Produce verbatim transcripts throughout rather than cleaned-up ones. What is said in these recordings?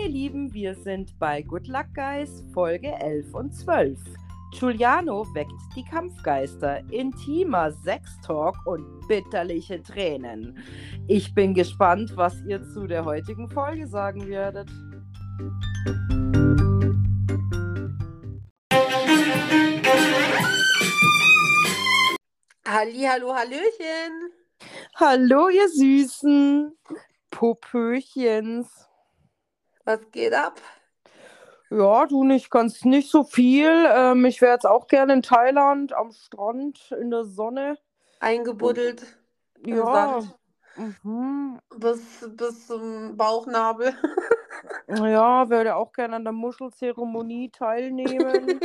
ihr Lieben, wir sind bei Good Luck Guys, Folge elf und zwölf. Giuliano weckt die Kampfgeister, intimer Sextalk und bitterliche Tränen. Ich bin gespannt, was ihr zu der heutigen Folge sagen werdet. Hallihallo, Hallöchen. Hallo, ihr süßen Popöchens. Was geht ab? Ja, du nicht ganz nicht so viel. Ähm, ich wäre jetzt auch gerne in Thailand am Strand in der Sonne. Eingebuddelt im Ja, Sand mhm. bis, bis zum Bauchnabel. Ja, würde auch gerne an der Muschelzeremonie teilnehmen.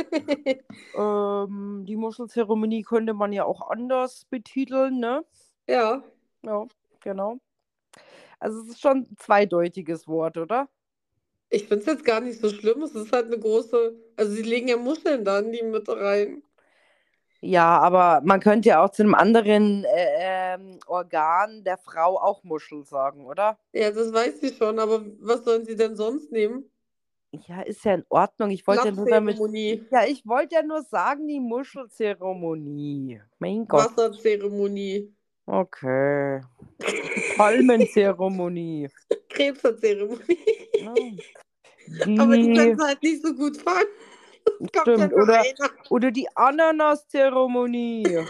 ähm, die Muschelzeremonie könnte man ja auch anders betiteln, ne? Ja, Ja, genau. Also es ist schon ein zweideutiges Wort, oder? ich finde es jetzt gar nicht so schlimm. Es ist halt eine große, also sie legen ja Muscheln da in die Mitte rein. Ja, aber man könnte ja auch zu einem anderen äh, ähm, Organ der Frau auch Muschel sagen, oder? Ja, das weiß ich schon, aber was sollen sie denn sonst nehmen? Ja, ist ja in Ordnung. Ich wollte ja nur damit. Blattzeremonie, Ja, ich wollte ja nur sagen, die Muschelzeremonie. Mein Gott. Wasserzeremonie, Okay. Palmenzeremonie. Krebserzeremonie. Ja. Aber die Die, können es halt nicht so gut fahren. Es kommt ja stimmt, nur oder, einer. oder die Ananaszeremonie.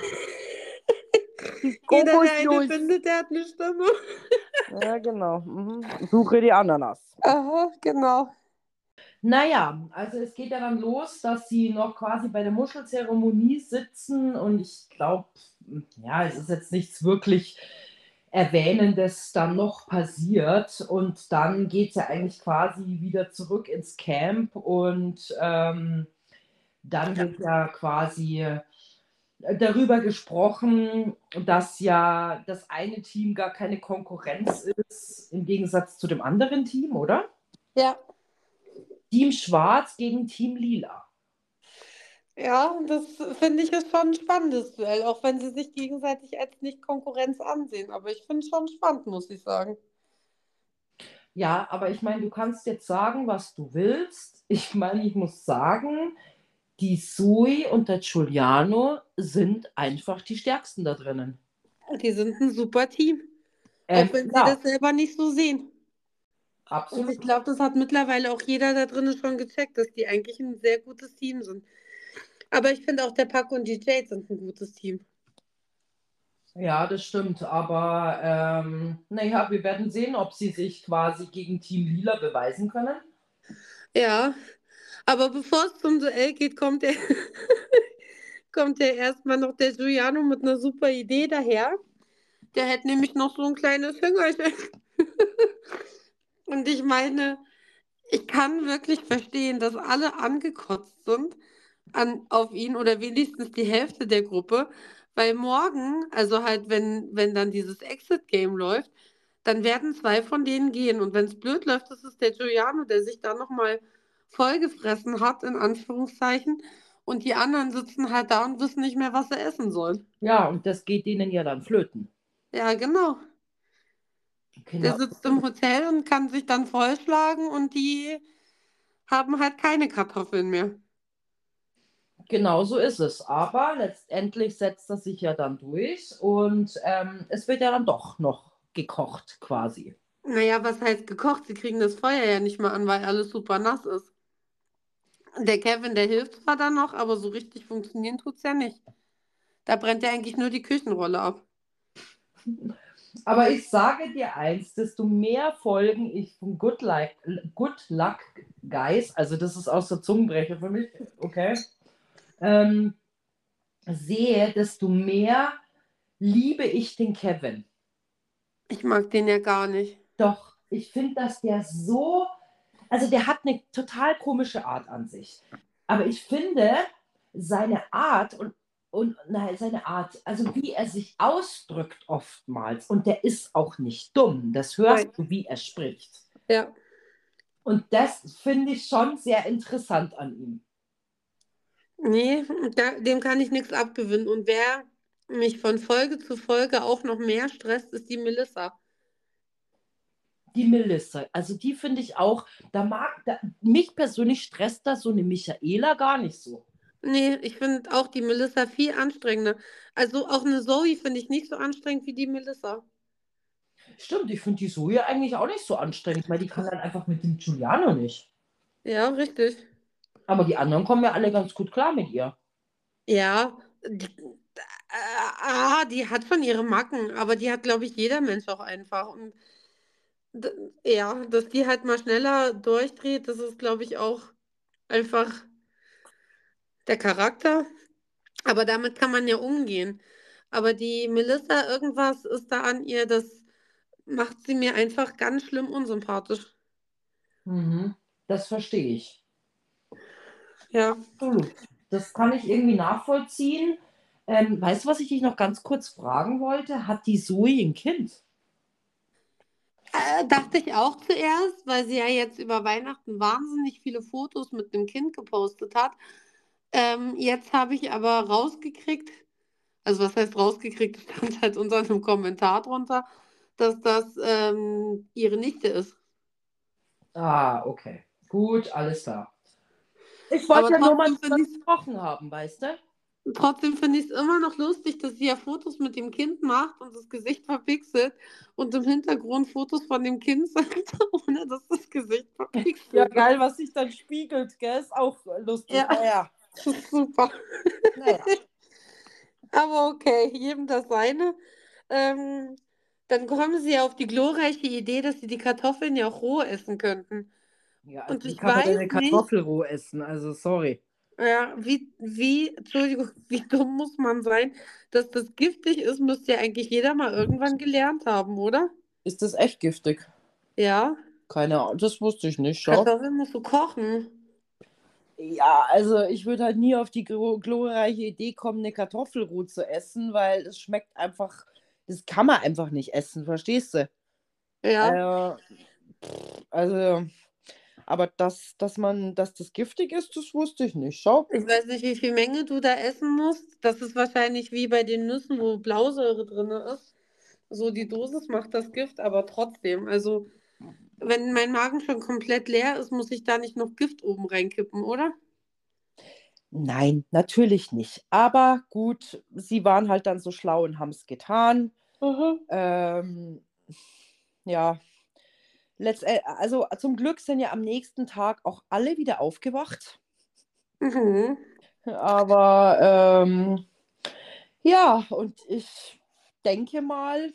Die Jeder, der eine Kokosnuss. findet, der hat eine Stimme. Ja, genau. Mhm. Suche die Ananas. Aha, genau. Naja, also es geht ja dann los, dass sie noch quasi bei der Muschelzeremonie sitzen und ich glaube, ja, es ist jetzt nichts wirklich Erwähnendes dann noch passiert und dann geht es ja eigentlich quasi wieder zurück ins Camp und ähm, dann wird ja quasi darüber gesprochen, dass ja das eine Team gar keine Konkurrenz ist im Gegensatz zu dem anderen Team, oder? Ja, Team Schwarz gegen Team Lila. ja, das finde ich ist schon ein spannendes Duell, auch wenn sie sich gegenseitig als nicht Konkurrenz ansehen. Aber ich finde es schon spannend, muss ich sagen. Ja, aber ich meine, du kannst jetzt sagen, was du willst. Ich meine, ich muss sagen, die Zoe und der Giuliano sind einfach die Stärksten da drinnen. Die sind ein super Team, auch Ähm, wenn sie ja, das selber nicht so sehen. Und absolut. ich glaube, das hat mittlerweile auch jeder da drinnen schon gecheckt, dass die eigentlich ein sehr gutes Team sind. Aber ich finde auch der Paco und die Jade sind ein gutes Team. Ja, das stimmt. Aber ähm, naja, wir werden sehen, ob sie sich quasi gegen Team Lila beweisen können. Ja, aber bevor es zum Duell geht, kommt der, kommt ja erstmal noch der Giuliano mit einer super Idee daher. Der hätte nämlich noch so ein kleines Hüngerchen. Und ich meine, ich kann wirklich verstehen, dass alle angekotzt sind an, auf ihn oder wenigstens die Hälfte der Gruppe, weil morgen, also halt, wenn, wenn dann dieses Exit-Game läuft, dann werden zwei von denen gehen. Und wenn es blöd läuft, ist es der Giuliano, der sich da nochmal vollgefressen hat, in Anführungszeichen. Und die anderen sitzen halt da und wissen nicht mehr, was sie essen sollen. Ja, und das geht ihnen ja dann flöten. Ja, genau. Der Genau. sitzt im Hotel und kann sich dann vollschlagen und die haben halt keine Kartoffeln mehr. Genau so ist es. Aber letztendlich setzt das sich ja dann durch und ähm, es wird ja dann doch noch gekocht quasi. Naja, was heißt gekocht? Sie kriegen das Feuer ja nicht mehr an, weil alles super nass ist. Der Kevin, der hilft zwar dann noch, aber so richtig funktionieren tut's ja nicht. Da brennt ja eigentlich nur die Küchenrolle ab. Aber ich sage dir eins, desto mehr Folgen ich von Good Luck, Good Luck Guys, also das ist aus der Zungenbrecher für mich, okay, ähm, sehe, desto mehr liebe ich den Kevin. Ich mag den ja gar nicht. Doch, ich finde, dass der so, also der hat eine total komische Art an sich. Aber ich finde, seine Art und, und nein, seine Art, also wie er sich ausdrückt oftmals, und der ist auch nicht dumm, das hörst Nein. du, wie er spricht. Ja. Und das finde ich schon sehr interessant an ihm. Nee, da, dem kann ich nichts abgewinnen. Und wer mich von Folge zu Folge auch noch mehr stresst, ist die Melissa. Die Melissa, also die finde ich auch, da mag, da, mich persönlich stresst das so eine Michaela gar nicht so. Nee, ich finde auch die Melissa viel anstrengender. Also auch eine Zoe finde ich nicht so anstrengend wie die Melissa. Stimmt, ich finde die Soja eigentlich auch nicht so anstrengend, weil die kann dann einfach mit dem Giuliano nicht. Ja, richtig. Aber die anderen kommen ja alle ganz gut klar mit ihr. Ja, die, äh, ah, die hat schon ihre Macken, aber die hat, glaube ich, jeder Mensch auch einfach. Und d- ja, dass die halt mal schneller durchdreht, das ist, glaube ich, auch einfach der Charakter. Aber damit kann man ja umgehen. Aber die Melissa, irgendwas ist da an ihr, das macht sie mir einfach ganz schlimm unsympathisch. Mhm. Das verstehe ich. Ja. Absolut. Das kann ich irgendwie nachvollziehen. Ähm, weißt du, was ich dich noch ganz kurz fragen wollte? Hat die Zoe ein Kind? Äh, dachte ich auch zuerst, weil sie ja jetzt über Weihnachten wahnsinnig viele Fotos mit dem Kind gepostet hat. Ähm, jetzt habe ich aber rausgekriegt, also was heißt rausgekriegt, es stand halt unter einem Kommentar drunter, dass das ähm, ihre Nichte ist. Ah, okay. Gut, alles klar. Ich Aber wollte ja nur mal trotzdem drüber finde ich gesprochen haben, weißt du? trotzdem finde ich es immer noch lustig, dass sie ja Fotos mit dem Kind macht und das Gesicht verpixelt und im Hintergrund Fotos von dem Kind sind, ohne dass das Gesicht Ja, verpixelt ist. geil, was sich dann spiegelt, gell? Ist auch lustig. Ja, Naja, das ist super. naja. Aber okay, jedem das seine. Ähm, dann kommen sie ja auf die glorreiche Idee, dass sie die Kartoffeln ja auch roh essen könnten. Ja, also Und wie ich kann man denn weiß eine nicht, Kartoffel roh essen? Also, sorry. ja, wie, wie, Entschuldigung, wie dumm muss man sein, dass das giftig ist, müsste ja eigentlich jeder mal irgendwann gelernt haben, oder? Ist das echt giftig? Ja, Keine Ahnung, das wusste ich nicht. Schau. Kartoffeln musst du kochen. Ja, also ich würde halt nie auf die glo- glorreiche Idee kommen, eine Kartoffel roh zu essen, weil es schmeckt einfach, das kann man einfach nicht essen, verstehst du? Ja, Äh, also, aber dass, dass man, dass das giftig ist, das wusste ich nicht. Schau. ich weiß nicht, wie viel Menge du da essen musst. Das ist wahrscheinlich wie bei den Nüssen, wo Blausäure drin ist. So, die Dosis macht das Gift, aber trotzdem. Also, wenn mein Magen schon komplett leer ist, muss ich da nicht noch Gift oben reinkippen, oder? Nein, natürlich nicht. Aber gut, sie waren halt dann so schlau und haben es getan. Mhm. Ähm, ja, letztendlich, also zum Glück sind ja am nächsten Tag auch alle wieder aufgewacht. Mhm. Aber ähm, ja, und ich denke mal,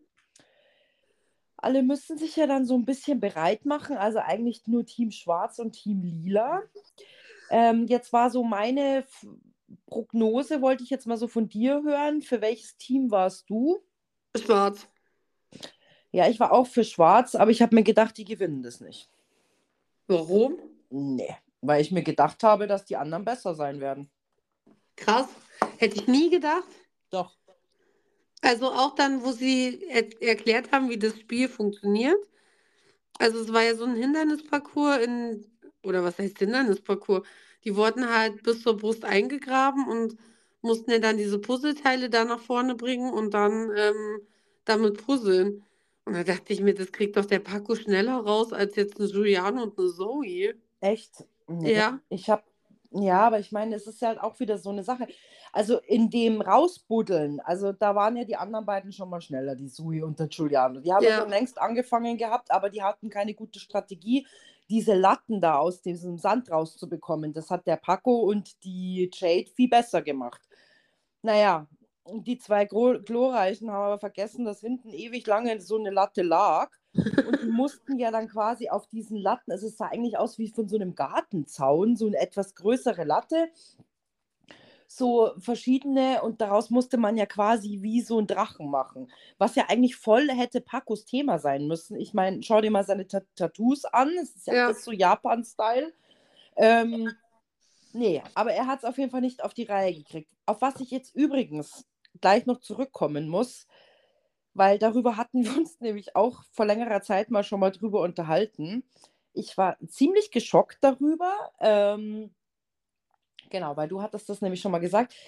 alle müssen sich ja dann so ein bisschen bereit machen. Also eigentlich nur Team Schwarz und Team Lila. Ähm, jetzt war so meine F Prognose, wollte ich jetzt mal so von dir hören. Für welches Team warst du? Schwarz. Ja, ich war auch für Schwarz, aber ich habe mir gedacht, die gewinnen das nicht. Warum? Nee, weil ich mir gedacht habe, dass die anderen besser sein werden. Krass. Hätte ich nie gedacht. Doch. Also auch dann, wo sie er erklärt haben, wie das Spiel funktioniert. Also es war ja so ein Hindernisparcours in, oder was heißt Hindernisparcours? Die wurden halt bis zur Brust eingegraben und mussten ja dann diese Puzzleteile da nach vorne bringen und dann ähm, damit puzzeln. Und da dachte ich mir, das kriegt doch der Paco schneller raus als jetzt eine Juliane und eine Zoe. Echt? Nee. Ja, Ich habe, ja, aber ich meine, es ist ja halt auch wieder so eine Sache. Also in dem Rausbuddeln, also da waren ja die anderen beiden schon mal schneller, die Sui und der Giuliano. Die haben ja ja, schon längst angefangen gehabt, aber die hatten keine gute Strategie, diese Latten da aus diesem Sand rauszubekommen. Das hat der Paco und die Jade viel besser gemacht. Naja, und die zwei Gro- Glorreichen haben aber vergessen, dass hinten ewig lange so eine Latte lag. Und die mussten ja dann quasi auf diesen Latten, also es sah eigentlich aus wie von so einem Gartenzaun, so eine etwas größere Latte, so verschiedene, und daraus musste man ja quasi wie so ein Drachen machen. Was ja eigentlich voll hätte Pacos Thema sein müssen. Ich meine, schau dir mal seine Ta Tattoos an, es ist ja ja. alles so Japan-Style. Ähm, Nee, aber er hat es auf jeden Fall nicht auf die Reihe gekriegt. Auf was ich jetzt übrigens gleich noch zurückkommen muss, weil darüber hatten wir uns nämlich auch vor längerer Zeit mal schon mal drüber unterhalten. Ich war ziemlich geschockt darüber. Ähm, genau, weil du hattest das nämlich schon mal gesagt.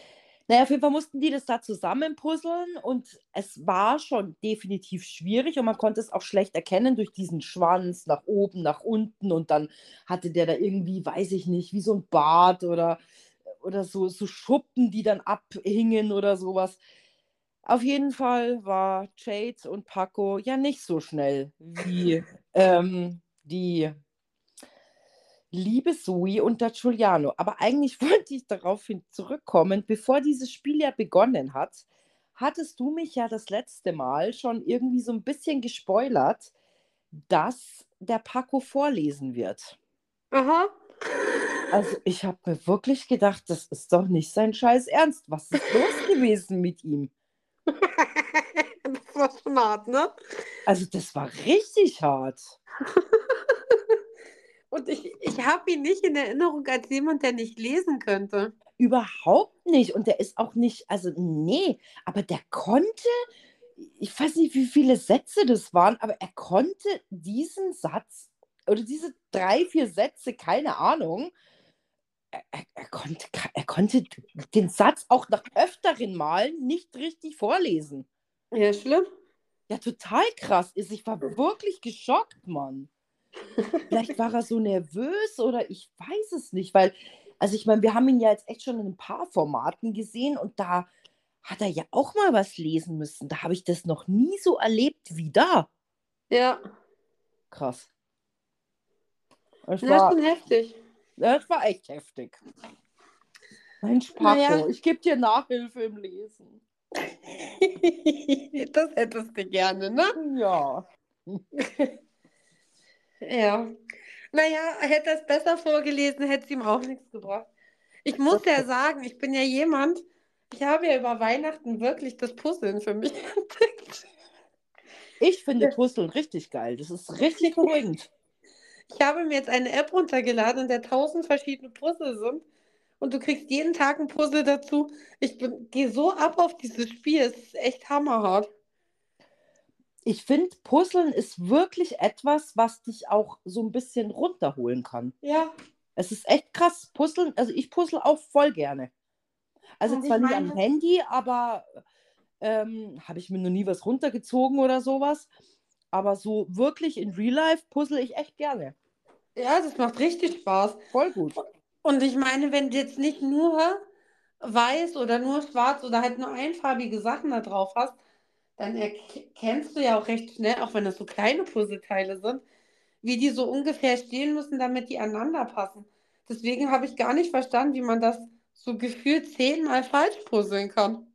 Na ja, auf jeden Fall mussten die das da zusammenpuzzeln und es war schon definitiv schwierig und man konnte es auch schlecht erkennen durch diesen Schwanz nach oben, nach unten und dann hatte der da irgendwie, weiß ich nicht, wie so ein Bart oder oder so so Schuppen, die dann abhingen oder sowas. Auf jeden Fall war Jade und Paco ja nicht so schnell wie, ähm, die liebe Zoe und der Giuliano. Aber eigentlich wollte ich daraufhin zurückkommen, bevor dieses Spiel ja begonnen hat, hattest du mich ja das letzte Mal schon irgendwie so ein bisschen gespoilert, dass der Paco vorlesen wird. Aha. Also, ich habe mir wirklich gedacht, das ist doch nicht sein scheiß Ernst. Was ist los gewesen mit ihm? Das war schon hart, ne? Also, das war richtig hart. Und ich, ich habe ihn nicht in Erinnerung als jemand, der nicht lesen könnte. Überhaupt nicht. Und der ist auch nicht, also nee, aber der konnte, ich weiß nicht, wie viele Sätze das waren, aber er konnte diesen Satz oder diese drei, vier Sätze, keine Ahnung, er, er, er, konnte, er konnte den Satz auch nach öfteren Malen nicht richtig vorlesen. Ja, schlimm. Ja, total krass ist. Ich war wirklich geschockt, Mann. Vielleicht war er so nervös oder ich weiß es nicht, weil, also ich meine, wir haben ihn ja jetzt echt schon in ein paar Formaten gesehen und da hat er ja auch mal was lesen müssen. Da habe ich das noch nie so erlebt wie da. Ja, Krass. Es na, war, schon heftig. es war echt heftig. Mensch, Naja, Paco, ich gebe dir Nachhilfe im Lesen. das hättest du gerne, ne? Ja. Ja. Naja, hätte er es besser vorgelesen, hätte es ihm auch nichts gebracht. Ich muss ja sagen, ich bin ja jemand, ich habe ja über Weihnachten wirklich das Puzzeln für mich entdeckt. Ich finde Puzzeln richtig geil. Das ist richtig beruhigend. Ich habe mir jetzt eine App runtergeladen, in der tausend verschiedene Puzzle sind. Und du kriegst jeden Tag ein Puzzle dazu. Ich gehe so ab auf dieses Spiel. Es ist echt hammerhart. Ich finde, Puzzeln ist wirklich etwas, was dich auch so ein bisschen runterholen kann. Ja, Es ist echt krass. Puzzeln, also ich puzzle auch voll gerne. Also und ich zwar nicht am meine, Handy, aber ähm, habe ich mir noch nie was runtergezogen oder sowas. Aber so wirklich in Real Life puzzle ich echt gerne. ja, das macht richtig Spaß. Voll gut. Und ich meine, wenn du jetzt nicht nur weiß oder nur schwarz oder halt nur einfarbige Sachen da drauf hast, dann erkennst du ja auch recht schnell, auch wenn das so kleine Puzzleteile sind, wie die so ungefähr stehen müssen, damit die aneinander passen. Deswegen habe ich gar nicht verstanden, wie man das so gefühlt zehnmal falsch puzzeln kann.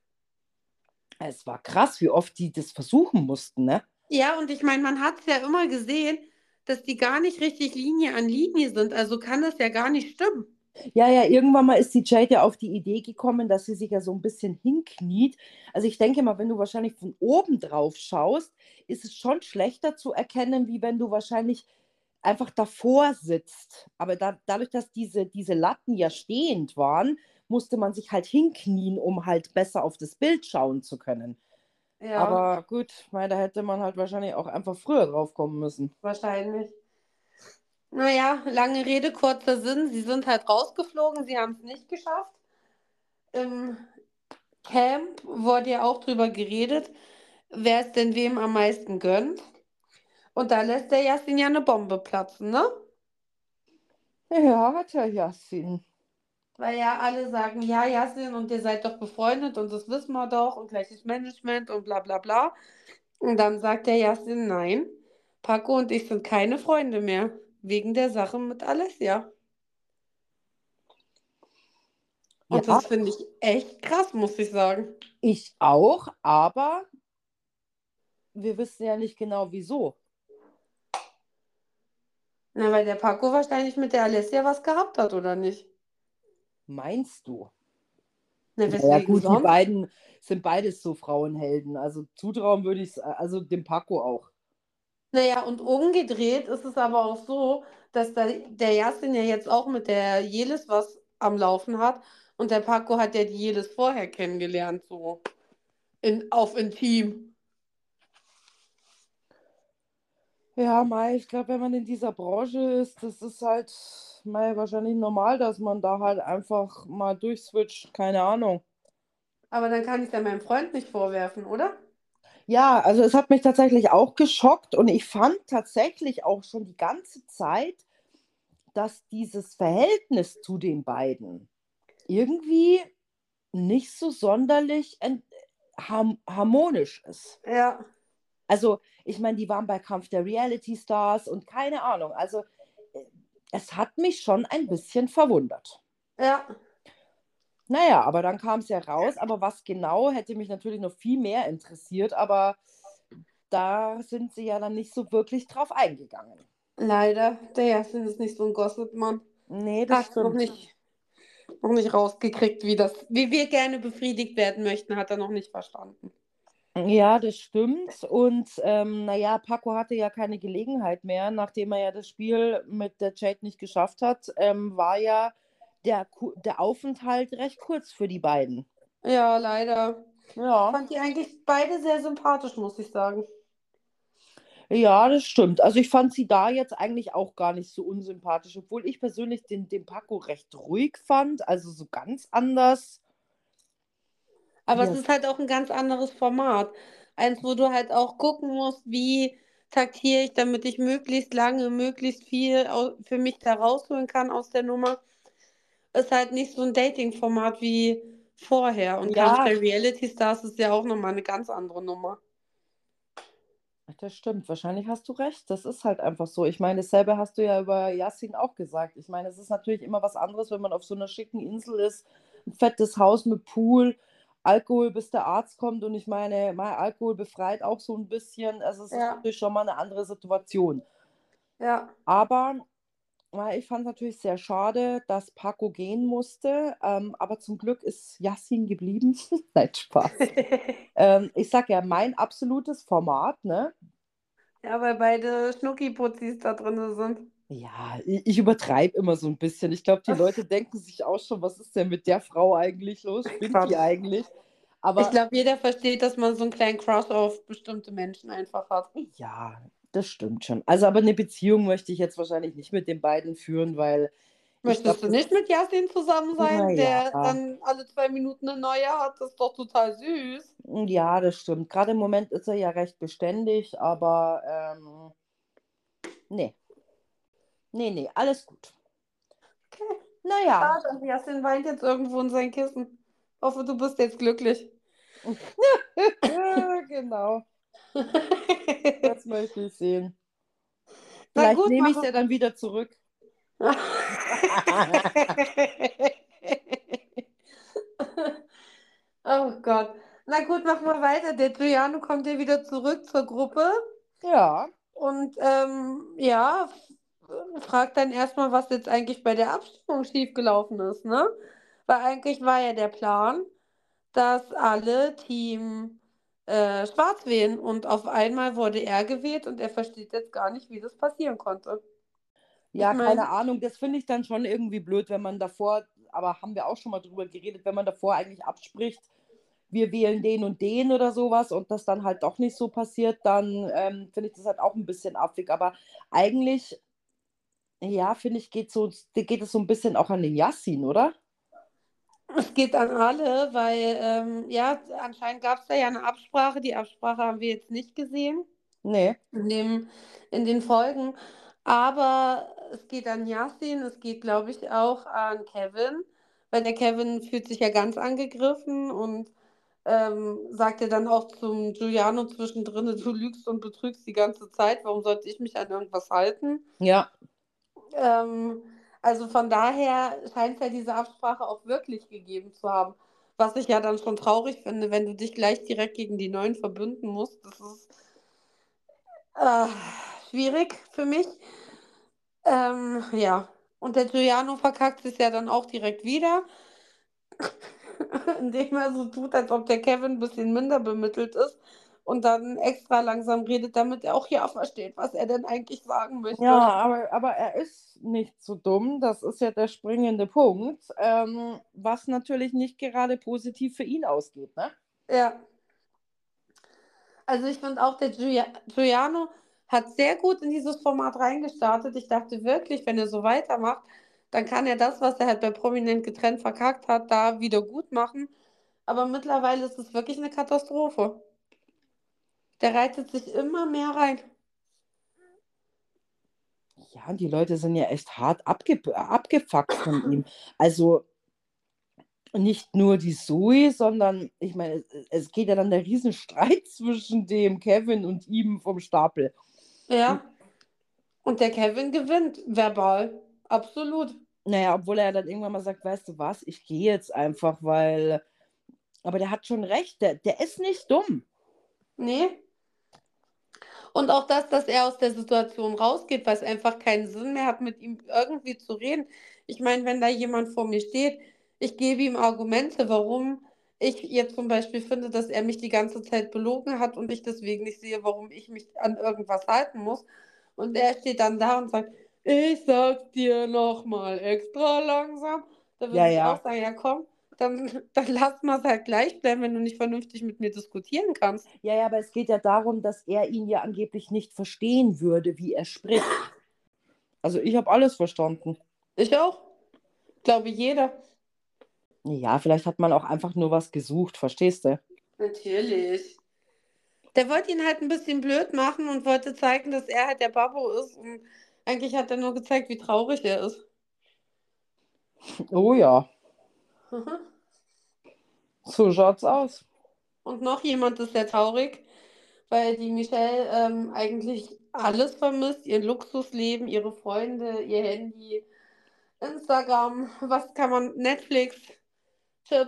Es war krass, wie oft die das versuchen mussten, ne? Ja, und ich meine, man hat es ja immer gesehen, dass die gar nicht richtig Linie an Linie sind. Also kann das ja gar nicht stimmen. Ja, ja, irgendwann mal ist die Jade ja auf die Idee gekommen, dass sie sich ja so ein bisschen hinkniet. Also ich denke mal, wenn du wahrscheinlich von oben drauf schaust, ist es schon schlechter zu erkennen, wie wenn du wahrscheinlich einfach davor sitzt. Aber da, dadurch, dass diese, diese Latten ja stehend waren, musste man sich halt hinknien, um halt besser auf das Bild schauen zu können. Ja, Aber gut, weil da hätte man halt wahrscheinlich auch einfach früher drauf kommen müssen. wahrscheinlich. Naja, lange Rede, kurzer Sinn. Sie sind halt rausgeflogen, sie haben es nicht geschafft. Im Camp wurde ja auch drüber geredet, wer es denn wem am meisten gönnt. Und da lässt der Yasin ja eine Bombe platzen, ne? Ja, hat ja Yassin. Weil ja alle sagen, ja, Yasin, und ihr seid doch befreundet und das wissen wir doch und gleiches Management und bla bla bla. Und dann sagt der Yasin, nein, Paco und ich sind keine Freunde mehr, wegen der Sache mit Alessia. Ja, Und das finde ich echt krass, muss ich sagen. ich auch, aber wir wissen ja nicht genau wieso. Na, weil der Paco wahrscheinlich mit der Alessia was gehabt hat, oder nicht? Meinst du? Na, Naja, weswegen gut, die sonst? beiden sind beides so Frauenhelden. Also zutrauen würde ich es, also dem Paco auch. Naja, und umgedreht ist es aber auch so, dass da, der Yasin ja jetzt auch mit der Jelis was am Laufen hat und der Paco hat ja die Jelis vorher kennengelernt, so in, auf Intim. Ja, Mai, ich glaube, wenn man in dieser Branche ist, das ist halt Mai, wahrscheinlich normal, dass man da halt einfach mal durchswitcht. Keine Ahnung. Aber dann kann ich es ja meinem Freund nicht vorwerfen, oder? Ja, also es hat mich tatsächlich auch geschockt und ich fand tatsächlich auch schon die ganze Zeit, dass dieses Verhältnis zu den beiden irgendwie nicht so sonderlich ent ham harmonisch ist. Ja, Also, ich meine, die waren bei Kampf der Reality Stars und keine Ahnung. Also, äh, es hat mich schon ein bisschen verwundert. ja. Na ja, aber dann kam es ja raus, aber was genau, hätte mich natürlich noch viel mehr interessiert, aber da sind sie ja dann nicht so wirklich drauf eingegangen. Leider. Der Jasin ist nicht so ein Gossip-Mann. Ne, das Hat noch stimmt. nicht, noch nicht rausgekriegt, wie das, wie wir gerne befriedigt werden möchten, hat er noch nicht verstanden. Ja, das stimmt. Und, ähm, na ja, Paco hatte ja keine Gelegenheit mehr, nachdem er ja das Spiel mit der Jade nicht geschafft hat, ähm, war ja der ku der Aufenthalt recht kurz für die beiden. Ja, leider. Ich Ja, fand die eigentlich beide sehr sympathisch, muss ich sagen. ja, das stimmt. Also, ich fand sie da jetzt eigentlich auch gar nicht so unsympathisch, obwohl ich persönlich den den Paco recht ruhig fand, also so ganz anders, Aber wie es er ist halt auch ein ganz anderes Format. Eins, wo du halt auch gucken musst, wie taktiere ich, damit ich möglichst lange, möglichst viel au für mich da rausholen kann aus der Nummer. Ist halt nicht so ein Dating-Format wie vorher. Und Kampf ja, der Reality Stars ist ja auch noch mal 'ne ganz andere Nummer. das stimmt. Wahrscheinlich hast du recht. Das ist halt einfach so. Ich meine, dasselbe hast du ja über Yasin auch gesagt. Ich meine, es ist natürlich immer was anderes, wenn man auf so einer schicken Insel ist, ein fettes Haus mit Pool, Alkohol, bis der Arzt kommt und ich meine, mal Alkohol befreit auch so ein bisschen. Also, es ist Ja, natürlich schon mal eine andere Situation. ja. Aber Ja, ich fand es natürlich sehr schade, dass Paco gehen musste, ähm, aber zum Glück ist Yassin geblieben. Nein, Spaß. Ähm, ich sage ja, mein absolutes Format, ne? Ja, weil beide Schnucki-Putzis da drin sind. Ja, i ich übertreibe immer so ein bisschen. Ich glaube, die Leute denken sich auch schon: „Was ist denn mit der Frau eigentlich los? Spinnt die Quatsch. eigentlich?“ Ich Aber glaube, jeder versteht, dass man so einen kleinen Crush auf bestimmte Menschen einfach hat. ja, das stimmt schon. Also, aber eine Beziehung möchte ich jetzt wahrscheinlich nicht mit den beiden führen, weil ich glaube, Möchtest du das nicht mit Yasin zusammen na sein, ja. der dann alle zwei Minuten eine neue hat? Das ist doch total süß. Hm, ja, das stimmt. Gerade im Moment ist er ja recht beständig, aber, ähm, ne, ne, ne, alles gut. Okay, Na ja, schade. Yasin weint jetzt irgendwo in sein Kissen. Hoffe, du bist jetzt glücklich. genau, das möchte ich sehen. Na Vielleicht gut, nehme ich's machen. ja dann wieder zurück. Oh Gott. Na gut, machen wir weiter. Der Giuliano kommt ja wieder zurück zur Gruppe Ja, und ähm, ja, f- fragt dann erstmal, was jetzt eigentlich bei der Abstimmung schiefgelaufen ist, ne? Weil eigentlich war ja der Plan, dass alle Team äh, Schwarz wählen und auf einmal wurde er gewählt und er versteht jetzt gar nicht, wie das passieren konnte. Ich ja, keine meine, Ahnung. Das finde ich dann schon irgendwie blöd, wenn man davor aber haben wir auch schon mal drüber geredet, wenn man davor eigentlich abspricht, wir wählen den und den oder sowas und das dann halt doch nicht so passiert, dann, ähm, finde ich das halt auch ein bisschen affig. Aber eigentlich, ja, finde ich, geht so geht es so ein bisschen auch an den Yassin, oder? es geht an alle, weil ähm, ja, anscheinend gab es da ja eine Absprache. Die Absprache haben wir jetzt nicht gesehen. Ne. in dem, in den Folgen. Aber es geht an Yasin, es geht, glaube ich, auch an Kevin, weil der Kevin fühlt sich ja ganz angegriffen und ähm, sagt ja dann auch zum Giuliano zwischendrin, du lügst und betrügst die ganze Zeit, warum sollte ich mich an irgendwas halten? Ja. Ähm, also von daher scheint es ja diese Absprache auch wirklich gegeben zu haben. Was ich ja dann schon traurig finde, wenn du dich gleich direkt gegen die Neuen verbünden musst. Das ist äh, schwierig für mich. Ähm, ja. Und der Giuliano verkackt es ja dann auch direkt wieder, indem er so tut, als ob der Kevin ein bisschen minder bemittelt ist und dann extra langsam redet, damit er auch ja versteht, was er denn eigentlich sagen Ja, möchte. aber aber er ist nicht so dumm. Das ist ja der springende Punkt, ähm, was natürlich nicht gerade positiv für ihn ausgeht, ne? Ja. Also ich finde auch, der Giulia Giuliano hat sehr gut in dieses Format reingestartet. Ich dachte wirklich, wenn er so weitermacht, dann kann er das, was er halt bei Prominent getrennt verkackt hat, da wieder gut machen. Aber mittlerweile ist es wirklich eine Katastrophe. Der reitet sich immer mehr rein. Ja, und die Leute sind ja echt hart abge abgefuckt von ihm. Also nicht nur die Zoe, sondern ich meine, es, es geht ja dann der Riesenstreit zwischen dem Kevin und ihm vom Stapel. Und, Ja. Und der Kevin gewinnt verbal. Absolut. naja, obwohl er dann irgendwann mal sagt, weißt du was, ich gehe jetzt einfach, weil, aber der hat schon recht, der, der ist nicht dumm. Nee. Und auch das, dass er aus der Situation rausgeht, weil es einfach keinen Sinn mehr hat, mit ihm irgendwie zu reden. Ich meine, wenn da jemand vor mir steht, ich gebe ihm Argumente, warum ich jetzt zum Beispiel finde, dass er mich die ganze Zeit belogen hat und ich deswegen nicht sehe, warum ich mich an irgendwas halten muss. Und er steht dann da und sagt, ich sag's dir nochmal extra langsam. Da Ja, würde ich ja. auch sagen, ja komm, dann, dann lass mal halt gleich bleiben, wenn du nicht vernünftig mit mir diskutieren kannst. Ja, ja, aber es geht ja darum, dass er ihn ja angeblich nicht verstehen würde, wie er spricht. Also ich habe alles verstanden. Ich auch. Glaube jeder. Ja, vielleicht hat man auch einfach nur was gesucht, verstehst du? Natürlich. Der wollte ihn halt ein bisschen blöd machen und wollte zeigen, dass er halt der Babbo ist. Und eigentlich hat er nur gezeigt, wie traurig er ist. Oh ja, Mhm. so schaut's aus. Und noch jemand ist sehr traurig, weil die Michelle ähm, eigentlich alles vermisst. Ihr Luxusleben, ihre Freunde, ihr Handy, Instagram, was kann man, Netflix, Chips.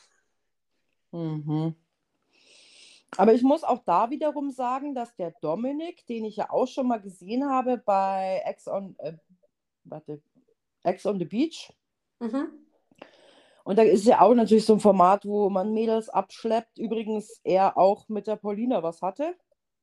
Mhm. Aber ich muss auch da wiederum sagen, dass der Dominik, den ich ja auch schon mal gesehen habe bei Ex on, äh, warte, Ex on the Beach, Mhm. und da ist ja auch natürlich so ein Format, wo man Mädels abschleppt. Übrigens, er auch mit der Paulina was hatte.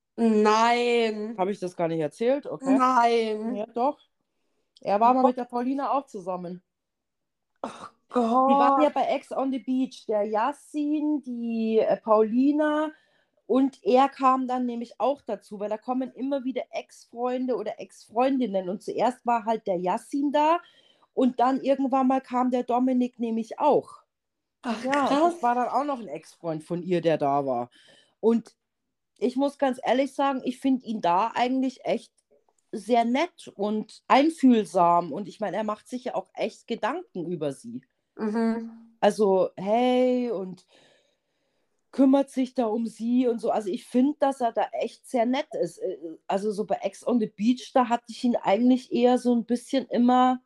Nein. Habe ich das gar nicht erzählt? Okay. Nein. Ja, doch. Er war mal mit der Paulina auch zusammen. Oh Die waren ja Gott. bei Ex on the Beach. Der Yassin, die äh, Paulina und er kam dann nämlich auch dazu, weil da kommen immer wieder Ex-Freunde oder Ex-Freundinnen. Und zuerst war halt der Yassin da und dann irgendwann mal kam der Dominik nämlich auch. Ach Ja, und krass. das war dann auch noch ein Ex-Freund von ihr, der da war. Und ich muss ganz ehrlich sagen, ich finde ihn da eigentlich echt sehr nett und einfühlsam. Und ich meine, er macht sich ja auch echt Gedanken über sie. Mhm. Also, hey, und kümmert sich da um sie und so. Also ich finde, dass er da echt sehr nett ist. Äh, Also so bei Ex on the Beach, da hatte ich ihn eigentlich eher so ein bisschen immer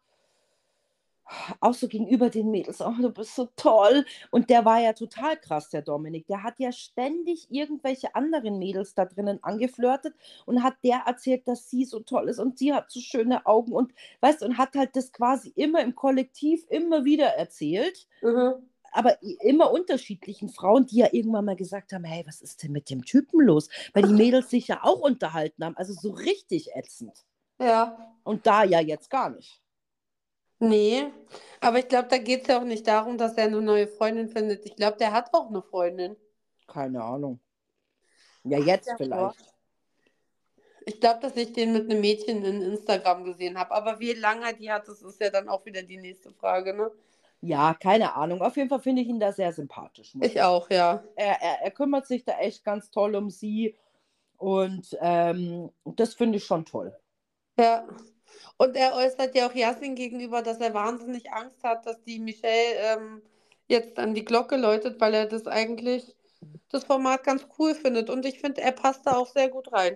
auch so gegenüber den Mädels, oh, du bist so toll. Und der war ja total krass, der Dominik. Der hat ja ständig irgendwelche anderen Mädels da drinnen angeflirtet und hat der erzählt, dass sie so toll ist und sie hat so schöne Augen und weißt du, und hat halt das quasi immer im Kollektiv immer wieder erzählt, Mhm. aber immer unterschiedlichen Frauen, die ja irgendwann mal gesagt haben, hey, was ist denn mit dem Typen los? Weil die Mädels sich ja auch unterhalten haben, also so richtig ätzend. Ja. Und da ja jetzt gar nicht. Nee. Aber ich glaube, da geht es ja auch nicht darum, dass er eine neue Freundin findet. Ich glaube, der hat auch eine Freundin. Keine Ahnung. Ja, jetzt Ja, boah. vielleicht. Ich glaube, dass ich den mit einem Mädchen in Instagram gesehen habe. Aber wie lange die hat, das ist ja dann auch wieder die nächste Frage, ne? Ja, keine Ahnung. Auf jeden Fall finde ich ihn da sehr sympathisch, muss Ich ich sagen. auch, ja. Er, er, er kümmert sich da echt ganz toll um sie und ähm, das finde ich schon toll. Ja. Und er äußert ja auch Yasin gegenüber, dass er wahnsinnig Angst hat, dass die Michelle ähm, jetzt an die Glocke läutet, weil er das eigentlich, das Format ganz cool findet. Und ich finde, er passt da auch sehr gut rein.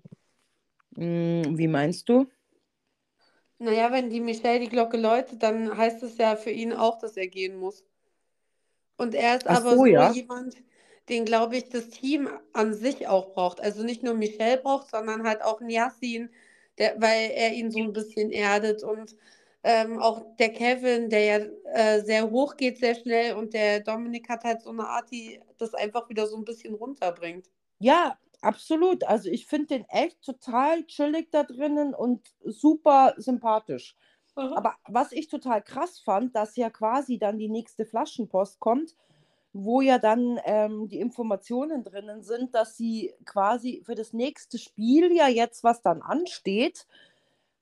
Hm, wie meinst du? Naja, wenn die Michelle die Glocke läutet, dann heißt es ja für ihn auch, dass er gehen muss. Und er ist Ach aber so, so ja. jemand, den, glaube ich, das Team an sich auch braucht. Also nicht nur Michelle braucht, sondern halt auch Yassin, der, weil er ihn so ein bisschen erdet. Und ähm, auch der Kevin, der ja äh, sehr hoch geht, sehr schnell. Und der Dominik hat halt so eine Art, die das einfach wieder so ein bisschen runterbringt. Ja, absolut. Also ich finde den echt total chillig da drinnen und super sympathisch. Aha. Aber was ich total krass fand, dass ja quasi dann die nächste Flaschenpost kommt, wo ja dann ähm, die Informationen drinnen sind, dass sie quasi für das nächste Spiel ja jetzt, was dann ansteht,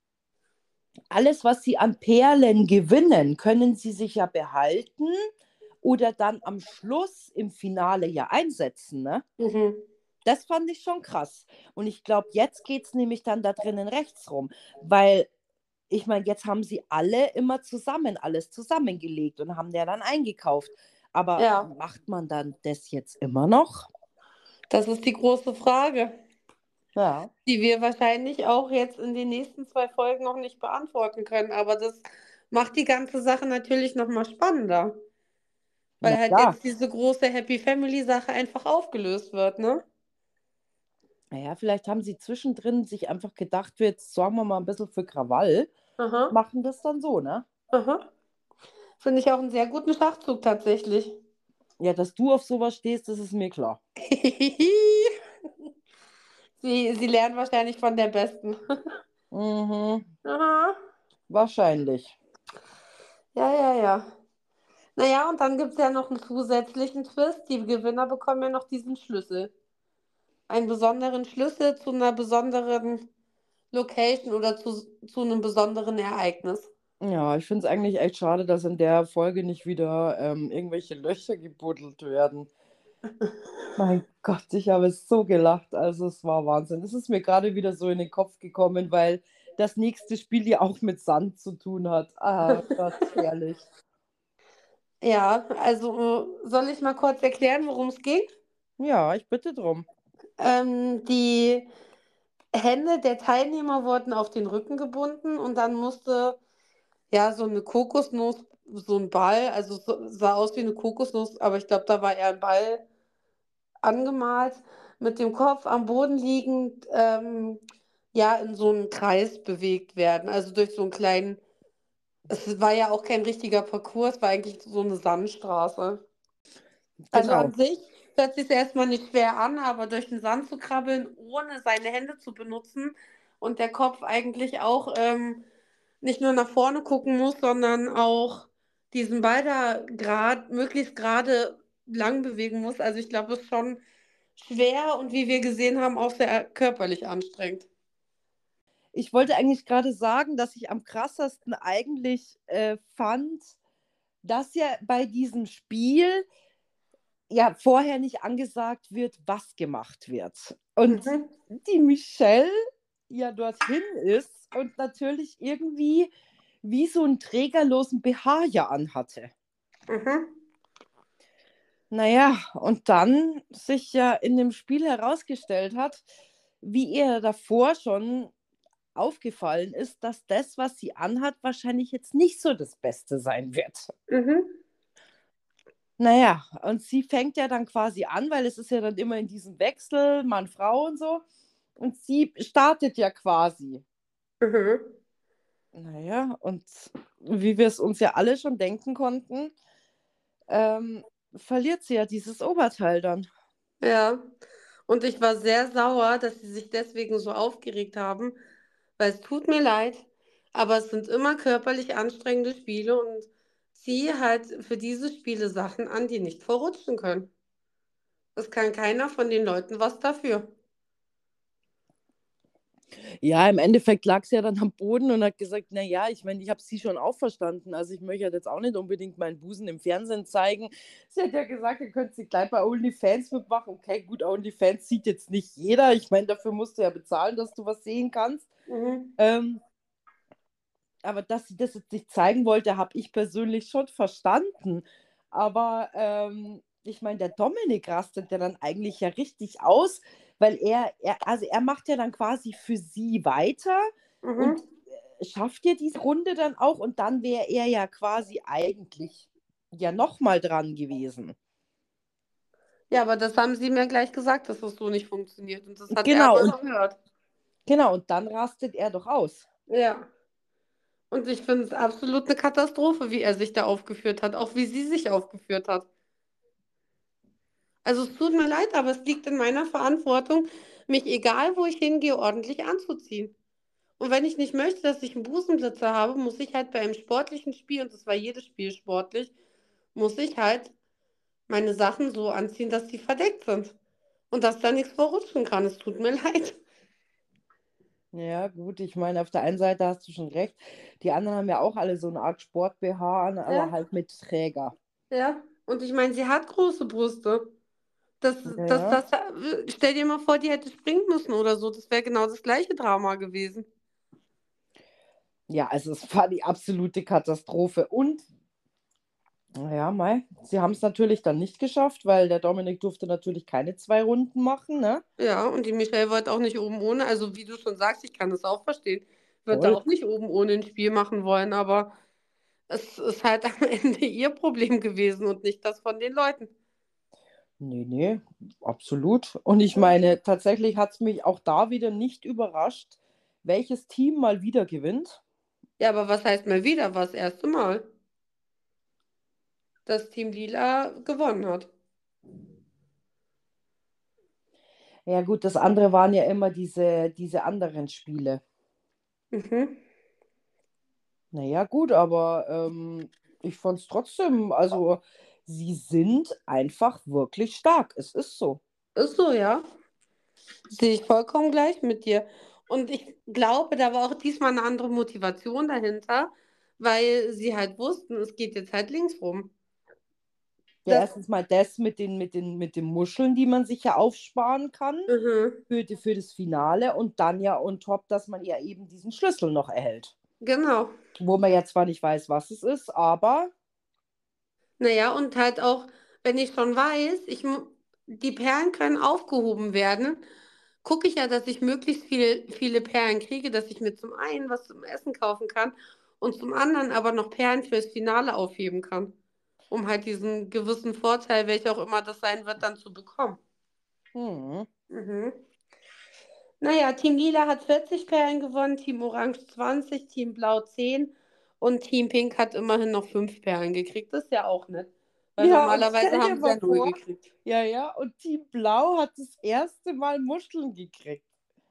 alles, was sie an Perlen gewinnen, können sie sich ja behalten oder dann am Schluss im Finale ja einsetzen, ne? Mhm. Das fand ich schon krass. Und ich glaube, jetzt geht es nämlich dann da drinnen rechts rum, weil ich meine, jetzt haben sie alle immer zusammen alles zusammengelegt und haben der dann eingekauft. Aber Ja, macht man dann das jetzt immer noch? das ist die große Frage, Ja. die wir wahrscheinlich auch jetzt in den nächsten zwei Folgen noch nicht beantworten können. Aber das macht die ganze Sache natürlich nochmal spannender, Na weil halt klar. jetzt diese große Happy Family Sache einfach aufgelöst wird, ne? Naja, vielleicht haben sie zwischendrin sich einfach gedacht, wir jetzt sorgen wir mal ein bisschen für Krawall, Aha, machen das dann so, ne? aha. Finde ich auch einen sehr guten Schachzug tatsächlich. Ja, dass du auf sowas stehst, das ist mir klar. Sie, sie lernen wahrscheinlich von der Besten. Mhm, Aha. wahrscheinlich. Ja, ja, ja. Naja, und dann gibt es ja noch einen zusätzlichen Twist. Die Gewinner bekommen ja noch diesen Schlüssel. Einen besonderen Schlüssel zu einer besonderen Location oder zu, zu einem besonderen Ereignis. Ja, ich finde es eigentlich echt schade, dass in der Folge nicht wieder ähm, irgendwelche Löcher gebuddelt werden. Mein Gott, ich habe so gelacht. Also es war Wahnsinn. Es ist mir gerade wieder so in den Kopf gekommen, weil das nächste Spiel ja auch mit Sand zu tun hat. Ah Gott, herrlich. Ja, also soll ich mal kurz erklären, worum es ging? Ja, ich bitte drum. Ähm, die Hände der Teilnehmer wurden auf den Rücken gebunden und dann musste ja so eine Kokosnuss, so ein Ball, also so, sah aus wie eine Kokosnuss, aber ich glaube, da war eher ein Ball angemalt, mit dem Kopf am Boden liegend, ähm, ja, in so einen Kreis bewegt werden. Also durch so einen kleinen, es war ja auch kein richtiger Parcours, es war eigentlich so eine Sandstraße. Also Genau. an sich hört sich erstmal nicht schwer an, aber durch den Sand zu krabbeln, ohne seine Hände zu benutzen und der Kopf eigentlich auch ähm, nicht nur nach vorne gucken muss, sondern auch diesen Ball da grad, möglichst gerade lang bewegen muss. Also ich glaube, es ist schon schwer und wie wir gesehen haben, auch sehr körperlich anstrengend. Ich wollte eigentlich gerade sagen, dass ich am krassesten eigentlich äh, fand, dass ja bei diesem Spiel ja vorher nicht angesagt wird, was gemacht wird. Und Mhm, die Michelle ja dorthin ist und natürlich irgendwie wie so einen trägerlosen B H ja anhatte. mhm. Naja, und dann sich ja in dem Spiel herausgestellt hat, wie ihr davor schon aufgefallen ist, dass das, was sie anhat, wahrscheinlich jetzt nicht so das Beste sein wird. Mhm. Naja, und sie fängt ja dann quasi an, weil es ist ja dann immer in diesem Wechsel, Mann, Frau und so. Und sie startet ja quasi. Mhm. Naja, und wie wir es uns ja alle schon denken konnten, ähm, verliert sie ja dieses Oberteil dann. Ja. Und ich war sehr sauer, dass sie sich deswegen so aufgeregt haben, weil es tut mir leid, aber es sind immer körperlich anstrengende Spiele und zieh halt für diese Spiele Sachen an, die nicht verrutschen können. Es kann keiner von den Leuten was dafür. Ja, im Endeffekt lag sie ja dann am Boden und hat gesagt, na ja, ich meine, ich habe sie schon auch verstanden. Also ich möchte jetzt auch nicht unbedingt meinen Busen im Fernsehen zeigen. Sie hat ja gesagt, ihr könnt sie gleich bei OnlyFans mitmachen. Okay, gut, OnlyFans sieht jetzt nicht jeder. Ich meine, dafür musst du ja bezahlen, dass du was sehen kannst. Mhm. Ähm, aber dass sie das jetzt nicht zeigen wollte, habe ich persönlich schon verstanden. Aber ähm, ich meine, der Dominik rastet ja dann eigentlich ja richtig aus, weil er, er, also er macht ja dann quasi für sie weiter und Mhm. äh, schafft ja diese Runde dann auch und dann wäre er ja quasi eigentlich ja nochmal dran gewesen. Ja, aber das haben sie mir gleich gesagt, dass das so nicht funktioniert. Und das hat er Genau, aber und gehört. genau, und dann rastet er doch aus. Ja. Und ich finde es absolut eine Katastrophe, wie er sich da aufgeführt hat, auch wie sie sich aufgeführt hat. Also es tut mir leid, aber es liegt in meiner Verantwortung, mich egal wo ich hingehe, ordentlich anzuziehen. Und wenn ich nicht möchte, dass ich einen Busenblitzer habe, muss ich halt bei einem sportlichen Spiel, und das war jedes Spiel sportlich, muss ich halt meine Sachen so anziehen, dass die verdeckt sind. Und dass da nichts verrutschen kann. Es tut mir leid. Ja, gut, ich meine, auf der einen Seite hast du schon recht. Die anderen haben ja auch alle so eine Art Sport-B H an, aber Ja, halt mit Träger. ja. Und ich meine, sie hat große Brüste. Das, Ja, das, ja. das, stell dir mal vor, die hätte springen müssen oder so. Das wäre genau das gleiche Drama gewesen. Ja, also es war die absolute Katastrophe. Und, naja, Mai, sie haben es natürlich dann nicht geschafft, weil der Dominik durfte natürlich keine zwei Runden machen, ne? Ja, und die Michelle wollte auch nicht oben ohne. Also, wie du schon sagst, ich kann das auch verstehen. Wird da Voll. auch nicht oben ohne ein Spiel machen wollen, aber es ist halt am Ende ihr Problem gewesen und nicht das von den Leuten. Nee, nee, absolut. Und ich Ja, meine, tatsächlich hat es mich auch da wieder nicht überrascht, welches Team mal wieder gewinnt. ja, aber was heißt mal wieder? War das erste Mal, dass Team Lila gewonnen hat. Ja, gut, das andere waren ja immer diese, diese anderen Spiele. Mhm. Naja, gut, aber ähm, ich fand es trotzdem, also sie sind einfach wirklich stark. Es ist so. Ist so, ja. Sehe ich vollkommen gleich mit dir. Und ich glaube, da war auch diesmal eine andere Motivation dahinter, weil sie halt wussten, es geht jetzt halt links rum. Ja, Das, erstens mal das mit den, mit den, mit den Muscheln, die man sich ja aufsparen kann mhm, für, die, für das Finale und dann ja on top, dass man ja eben diesen Schlüssel noch erhält. genau. Wo man ja zwar nicht weiß, was es ist, aber Naja, und halt auch, wenn ich schon weiß, ich, mu- die Perlen können aufgehoben werden, gucke ich ja, dass ich möglichst viel, viele Perlen kriege, dass ich mir zum einen was zum Essen kaufen kann und zum anderen aber noch Perlen fürs Finale aufheben kann, um halt diesen gewissen Vorteil, welcher auch immer das sein wird, dann zu bekommen. hm, Mhm. Naja, Team Lila hat vierzig Perlen gewonnen, Team Orange zwanzig, Team Blau zehn und Team Pink hat immerhin noch fünf Perlen gekriegt. Das ist ja auch nett, weil ja, und normalerweise stell dir haben sie mal ja null vor, gekriegt. ja, ja, und Team Blau hat das erste Mal Muscheln gekriegt.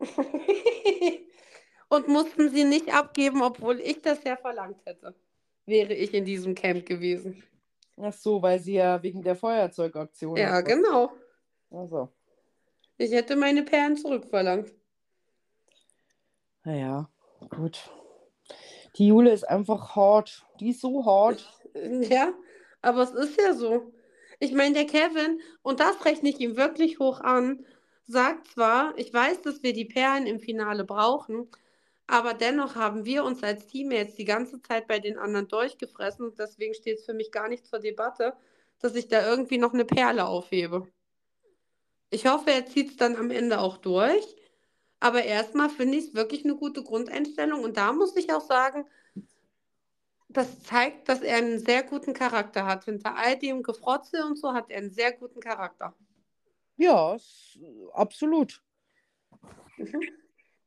Und mussten sie nicht abgeben, obwohl ich das ja verlangt hätte, wäre ich in diesem Camp gewesen. Ach so, weil sie ja wegen der Feuerzeugaktion und Ja, so. genau. Also, Ich hätte meine Perlen zurückverlangt. naja, gut. Die Jule ist einfach hart. Die ist so hart. Ja, aber es ist ja so. Ich meine, der Kevin, und das rechne ich ihm wirklich hoch an, sagt zwar, ich weiß, dass wir die Perlen im Finale brauchen, aber dennoch haben wir uns als Team jetzt die ganze Zeit bei den anderen durchgefressen und deswegen steht es für mich gar nicht zur Debatte, dass ich da irgendwie noch eine Perle aufhebe. Ich hoffe, er zieht es dann am Ende auch durch, aber erstmal finde ich es wirklich eine gute Grundeinstellung und da muss ich auch sagen, das zeigt, dass er einen sehr guten Charakter hat. Hinter all dem Gefrotzel und so hat er einen sehr guten Charakter. Ja, s- absolut. Mhm.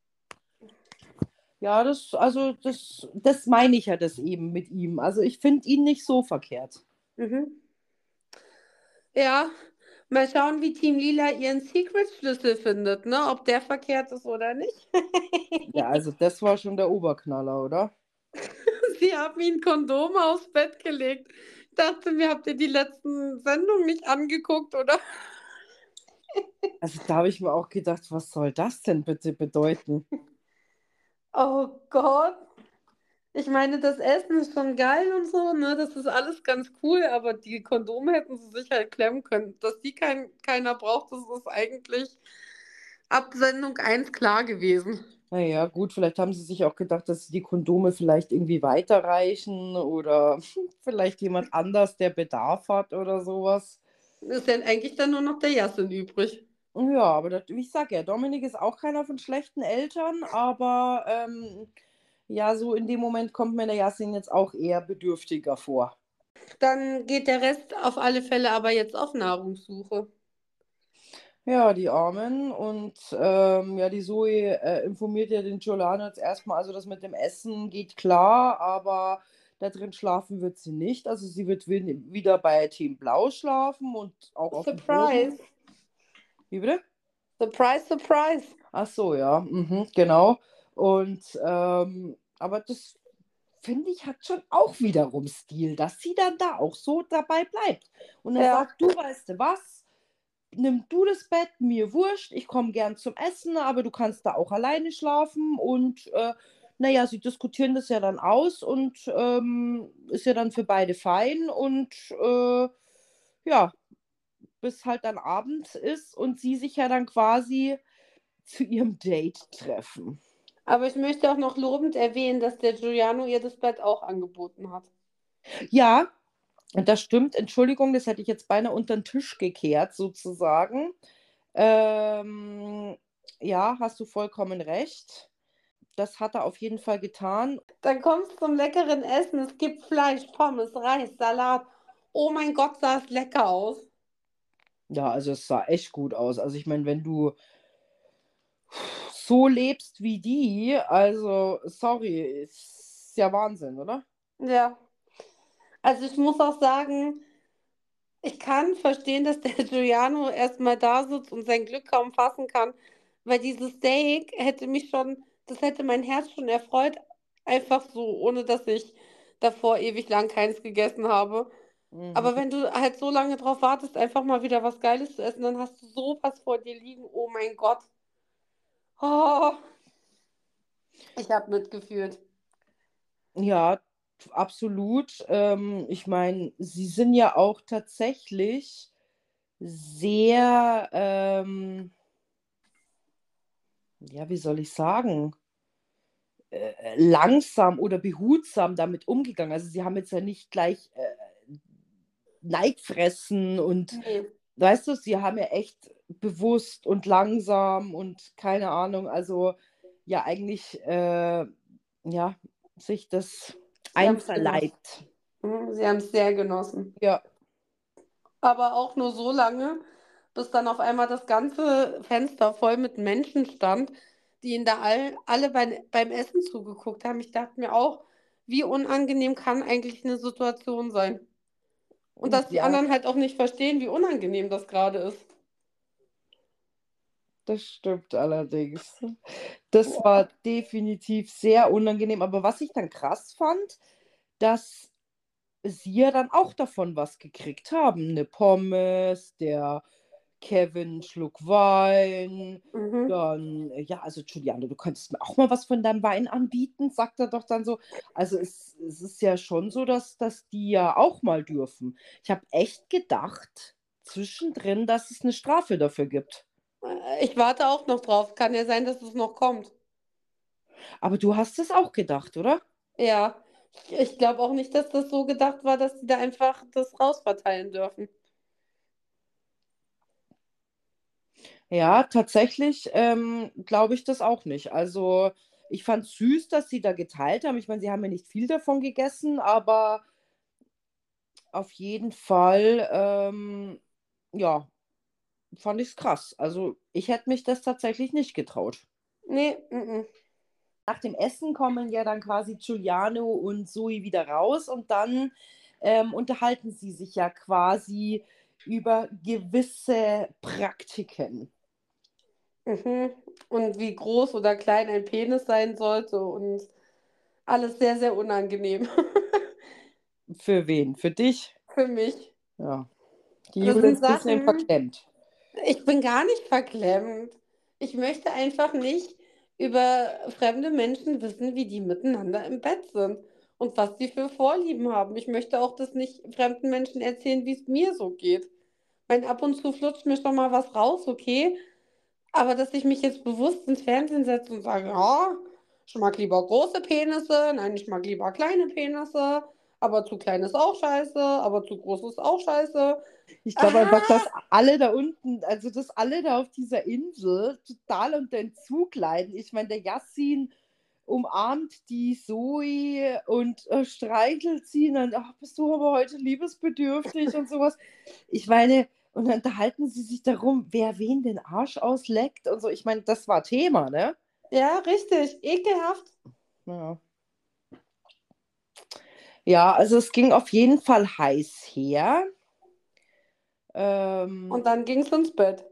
Ja, das, also das, das meine ich ja das eben mit ihm. Also ich finde ihn nicht so verkehrt. Mhm. Ja, mal schauen, wie Team Lila ihren Secret-Schlüssel findet, ne? Ob der verkehrt ist oder nicht. Ja, also das war schon der Oberknaller, oder? Sie haben ihm Kondome aufs Bett gelegt. Ich dachte mir, habt ihr die letzten Sendungen nicht angeguckt, oder? Also da habe ich mir auch gedacht, was soll das denn bitte bedeuten? Oh Gott. Ich meine, das Essen ist schon geil und so, ne? Das ist alles ganz cool, aber die Kondome hätten sie sich halt klemmen können. Dass die kein, keiner braucht, das ist eigentlich ab Sendung eins klar gewesen. Naja, gut, vielleicht haben sie sich auch gedacht, dass die Kondome vielleicht irgendwie weiterreichen oder vielleicht jemand anders, der Bedarf hat oder sowas. Ist ja eigentlich dann nur noch der Jassen übrig. Ja, aber das, wie ich sage ja, Dominik ist auch keiner von schlechten Eltern, aber ähm, ja, so in dem Moment kommt mir der Yassin jetzt auch eher bedürftiger vor. Dann geht der Rest auf alle Fälle aber jetzt auf Nahrungssuche. Ja, die Armen. Und ähm, ja, die Zoe äh, informiert ja den Giuliano jetzt erstmal, also das mit dem Essen geht klar, aber da drin schlafen wird sie nicht. Also sie wird wi- wieder bei Team Blau schlafen und auch auf dem Surprise! Boden. Wie bitte? Surprise, surprise! Ach so, ja, mhm, genau. Und ähm, aber das finde ich hat schon auch wiederum Stil, dass sie dann da auch so dabei bleibt. Und er Ja, sagt, du weißt du was, nimm du das Bett, mir wurscht, ich komme gern zum Essen, aber du kannst da auch alleine schlafen. Und äh, naja, sie diskutieren das ja dann aus und ähm, ist ja dann für beide fein. Und äh, ja, bis halt dann Abend ist und sie sich ja dann quasi zu ihrem Date treffen. Aber ich möchte auch noch lobend erwähnen, dass der Giuliano ihr das Bett auch angeboten hat. Ja, und das stimmt. Entschuldigung, das hätte ich jetzt beinahe unter den Tisch gekehrt, sozusagen. Ähm, ja, hast du vollkommen recht. Das hat er auf jeden Fall getan. Dann kommst du zum leckeren Essen. Es gibt Fleisch, Pommes, Reis, Salat. Oh mein Gott, sah es lecker aus. Ja, also es sah echt gut aus. Also ich meine, wenn du so lebst wie die, also sorry, ist ja Wahnsinn, oder? Ja, also ich muss auch sagen, ich kann verstehen, dass der Giuliano erstmal da sitzt und sein Glück kaum fassen kann, weil dieses Steak hätte mich schon, das hätte mein Herz schon erfreut, einfach so, ohne dass ich davor ewig lang keins gegessen habe. Aber Mhm. wenn du halt so lange drauf wartest, einfach mal wieder was Geiles zu essen, dann hast du sowas vor dir liegen. Oh mein Gott. Oh, ich habe mitgefühlt. Ja, absolut. Ähm, ich meine, sie sind ja auch tatsächlich sehr, ähm, ja, wie soll ich sagen, äh, langsam oder behutsam damit umgegangen. Also sie haben jetzt ja nicht gleich äh, Neidfressen und Nee. weißt du, sie haben ja echt bewusst und langsam und keine Ahnung, also ja eigentlich äh, ja, sich das Sie haben es genossen. einverleibt. Mhm, Sie haben es sehr genossen. Ja. Aber auch nur so lange, bis dann auf einmal das ganze Fenster voll mit Menschen stand, die ihnen da all, alle bei, beim Essen zugeguckt haben. Ich dachte mir auch, wie unangenehm kann eigentlich eine Situation sein? Und dass die Ja, anderen halt auch nicht verstehen, wie unangenehm das gerade ist. das stimmt allerdings. Das war Boah. definitiv sehr unangenehm. Aber was ich dann krass fand, dass sie ja dann auch davon was gekriegt haben. Eine Pommes, der Kevin 'n Schluck Wein, Mhm. dann äh, ja, also Giuliano, du könntest mir auch mal was von deinem Wein anbieten, sagt er doch dann so. Also es es ist ja schon so, dass dass die ja auch mal dürfen. Ich habe echt gedacht zwischendrin, dass es eine Strafe dafür gibt. Äh, Ich warte auch noch drauf. Kann ja sein, dass es noch kommt. Aber du hast es auch gedacht, oder? Ja. Ich, ich glaube auch nicht, dass das so gedacht war, dass die da einfach das rausverteilen dürfen. Ja, tatsächlich, ähm, glaube ich das auch nicht. Also, ich fand süß, dass sie da geteilt haben. Ich meine, sie haben ja nicht viel davon gegessen, aber auf jeden Fall, ähm, ja, fand ich's krass. Also, ich hätte mich das tatsächlich nicht getraut. Nee, mhm. Nach dem Essen kommen ja dann quasi Giuliano und Zoe wieder raus und dann, ähm, unterhalten sie sich ja quasi über gewisse Praktiken. Mhm. Und wie groß oder klein ein Penis sein sollte und alles sehr, sehr unangenehm Für wen? Für dich? für mich. Ja. Die Das Jule sind ist 'n bisschen Sachen, verklemmt. ich bin gar nicht verklemmt. Ich möchte einfach nicht über fremde Menschen wissen, wie die miteinander im Bett sind und was die für Vorlieben haben. Ich möchte auch das nicht fremden Menschen erzählen, wie es mir so geht. Wenn ab und zu flutscht mir schon mal was raus, okay, aber dass ich mich jetzt bewusst ins Fernsehen setze und sage: „Ja, ich mag lieber große Penisse. Nein, ich mag lieber kleine Penisse, aber zu klein ist auch scheiße, aber zu groß ist auch scheiße." Ich glaube einfach, Ah, dass alle da unten also, dass alle da auf dieser Insel total unter Entzug leiden. Ich meine, der Yassin umarmt die Zoe und, äh, streichelt sie und dann: „Ach, bist du aber heute liebesbedürftig“ und so was. Ich meine und dann unterhalten sie sich darum, wer wen den Arsch ausleckt und so. Ich meine, das war Thema, ne? ja, richtig, ekelhaft. Ja. Ja, also, es ging auf jeden Fall heiß her. Ähm, Und dann ging's ins Bett.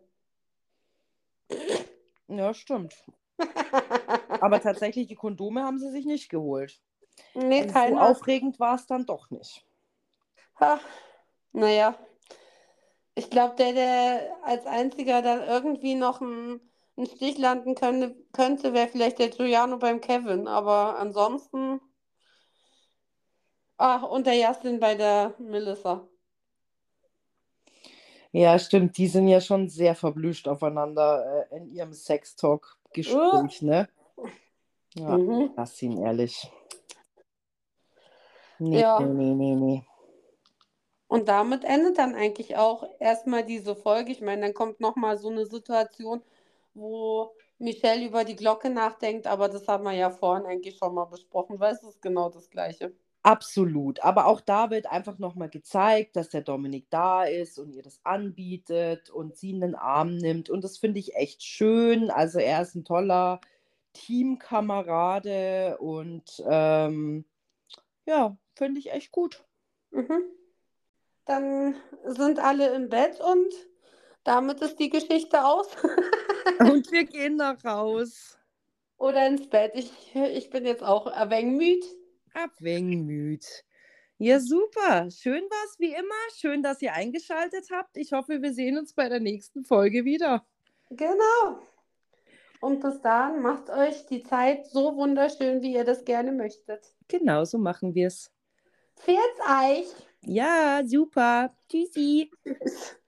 ja, stimmt. Aber tatsächlich, die Kondome haben sie sich nicht geholt. Ne, Also, so keiner. aufregend war es dann doch nicht. Ha, na ja, ich glaube, der, der als Einziger dann irgendwie noch 'n 'n Stich landen könne könnte, wäre vielleicht der Giuliano beim Kevin, aber ansonsten, ach, und der Justin bei der Melissa. Ja, stimmt, die sind ja schon sehr verblüfft aufeinander äh, in ihrem Uh, Sextalk-Gespräch, ne? Ja, mhm. lass ihn ehrlich. Nee, nee, Ja, nee, nee, nee. und damit endet dann eigentlich auch erstmal diese Folge. Ich meine, dann kommt nochmal so eine Situation, wo Michelle über die Glocke nachdenkt, aber das haben wir ja vorhin eigentlich schon mal besprochen, weil es ist genau das Gleiche. Absolut. Aber auch da wird einfach noch mal gezeigt, dass der Dominik da ist und ihr das anbietet und sie in den Arm nimmt. Und das finde ich echt schön. Also er ist ein toller Teamkamerade und ähm, ja, finde ich echt gut. Mhm. Dann sind alle im Bett und damit ist die Geschichte aus. Und wir gehen nach raus. Oder ins Bett. Ich, ich bin jetzt auch ein wenig müde. Abwängmüt. Ja, super. Schön war's wie immer. Schön, dass ihr eingeschaltet habt. Ich hoffe, wir sehen uns bei der nächsten Folge wieder. Genau. Und bis dahin macht euch die Zeit so wunderschön, wie ihr das gerne möchtet. Genau so machen wir's. Pfiat euch! Ja, super. Tschüssi. Tschüss.